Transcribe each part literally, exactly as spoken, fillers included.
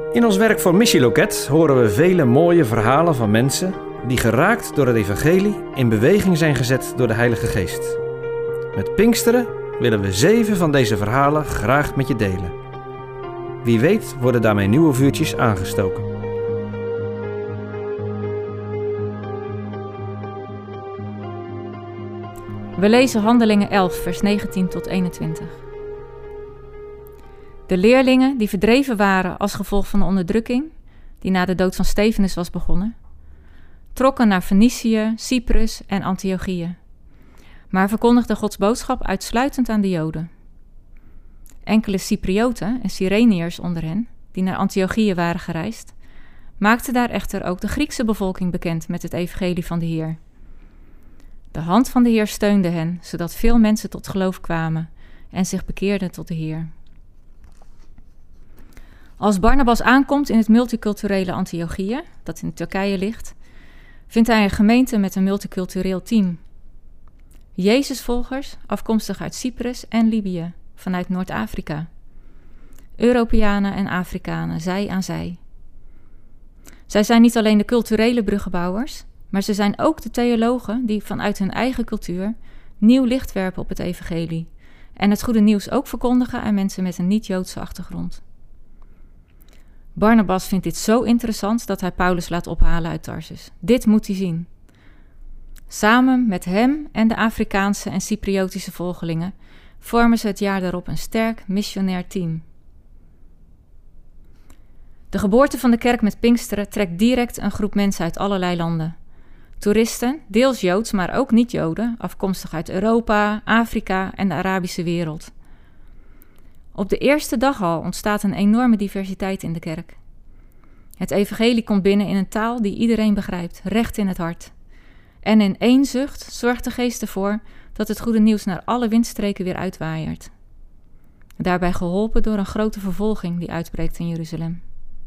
In ons werk voor Missieloket horen we vele mooie verhalen van mensen die geraakt door het evangelie in beweging zijn gezet door de Heilige Geest. Met Pinksteren willen we zeven van deze verhalen graag met je delen. Wie weet worden daarmee nieuwe vuurtjes aangestoken. We lezen Handelingen elf, vers negentien tot eenentwintig. De leerlingen die verdreven waren als gevolg van de onderdrukking, die na de dood van Stefanus was begonnen, trokken naar Fenicië, Cyprus en Antiochië, maar verkondigden Gods boodschap uitsluitend aan de Joden. Enkele Cyprioten en Cyreniërs onder hen, die naar Antiochië waren gereisd, maakten daar echter ook de Griekse bevolking bekend met het evangelie van de Heer. De hand van de Heer steunde hen, zodat veel mensen tot geloof kwamen en zich bekeerden tot de Heer. Als Barnabas aankomt in het multiculturele Antiochië, dat in Turkije ligt, vindt hij een gemeente met een multicultureel team. Jezusvolgers, afkomstig uit Cyprus en Libië, vanuit Noord-Afrika. Europeanen en Afrikanen, zij aan zij. Zij zijn niet alleen de culturele bruggenbouwers, maar ze zijn ook de theologen die vanuit hun eigen cultuur nieuw licht werpen op het evangelie en het goede nieuws ook verkondigen aan mensen met een niet-Joodse achtergrond. Barnabas vindt dit zo interessant dat hij Paulus laat ophalen uit Tarsus. Dit moet hij zien. Samen met hem en de Afrikaanse en Cypriotische volgelingen vormen ze het jaar daarop een sterk missionair team. De geboorte van de kerk met Pinksteren trekt direct een groep mensen uit allerlei landen. Toeristen, deels Joods, maar ook niet-Joden, afkomstig uit Europa, Afrika en de Arabische wereld. Op de eerste dag al ontstaat een enorme diversiteit in de kerk. Het evangelie komt binnen in een taal die iedereen begrijpt, recht in het hart. En in één zucht zorgt de Geest ervoor dat het goede nieuws naar alle windstreken weer uitwaaiert. Daarbij geholpen door een grote vervolging die uitbreekt in Jeruzalem.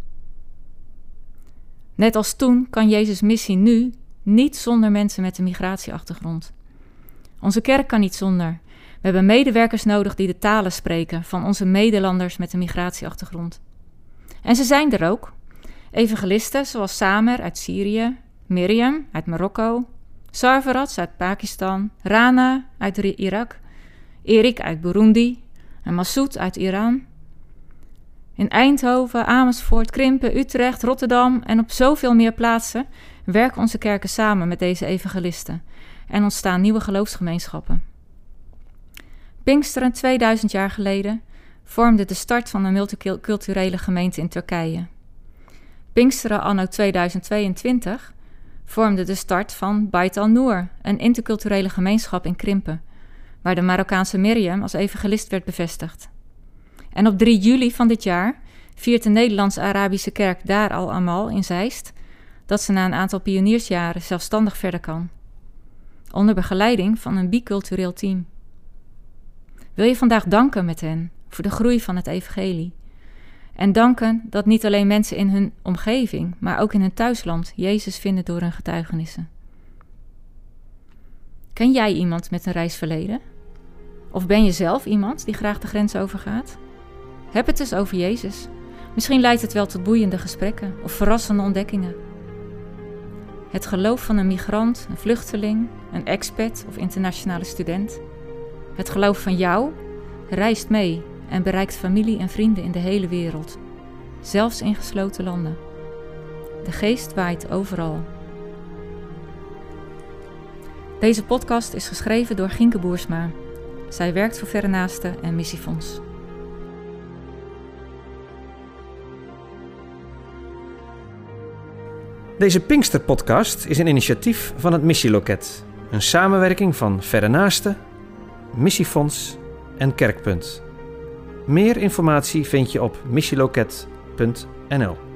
Net als toen kan Jezus' missie nu niet zonder mensen met een migratieachtergrond. Onze kerk kan niet zonder. We hebben medewerkers nodig die de talen spreken van onze medelanders met een migratieachtergrond. En ze zijn er ook. Evangelisten zoals Samer uit Syrië, Miriam uit Marokko, Sarvarats uit Pakistan, Rana uit Irak, Erik uit Burundi en Massoud uit Iran. In Eindhoven, Amersfoort, Krimpen, Utrecht, Rotterdam en op zoveel meer plaatsen werken onze kerken samen met deze evangelisten en ontstaan nieuwe geloofsgemeenschappen. Pinksteren tweeduizend jaar geleden vormde de start van een multiculturele gemeente in Turkije. Pinksteren anno tweeduizend tweeëntwintig vormde de start van Beit al-Noor, een interculturele gemeenschap in Krimpen, waar de Marokkaanse Miriam als evangelist werd bevestigd. En op drie juli van dit jaar viert de Nederlands-Arabische kerk Dar al-Amal in Zeist dat ze na een aantal pioniersjaren zelfstandig verder kan, onder begeleiding van een bicultureel team. Wil je vandaag danken met hen voor de groei van het evangelie? En danken dat niet alleen mensen in hun omgeving, maar ook in hun thuisland Jezus vinden door hun getuigenissen. Ken jij iemand met een reisverleden? Of ben je zelf iemand die graag de grens overgaat? Heb het eens over Jezus. Misschien leidt het wel tot boeiende gesprekken of verrassende ontdekkingen. Het geloof van een migrant, een vluchteling, een expat of internationale student. Het geloof van jou reist mee en bereikt familie en vrienden in de hele wereld, zelfs in gesloten landen. De Geest waait overal. Deze podcast is geschreven door Gienke Boersma. Zij werkt voor Verre Naasten en Missiefonds. Deze Pinkster-podcast is een initiatief van het Missieloket. Een samenwerking van Verre Naasten, Missiefonds en Kerkpunt. Meer informatie vind je op missieloket punt n l.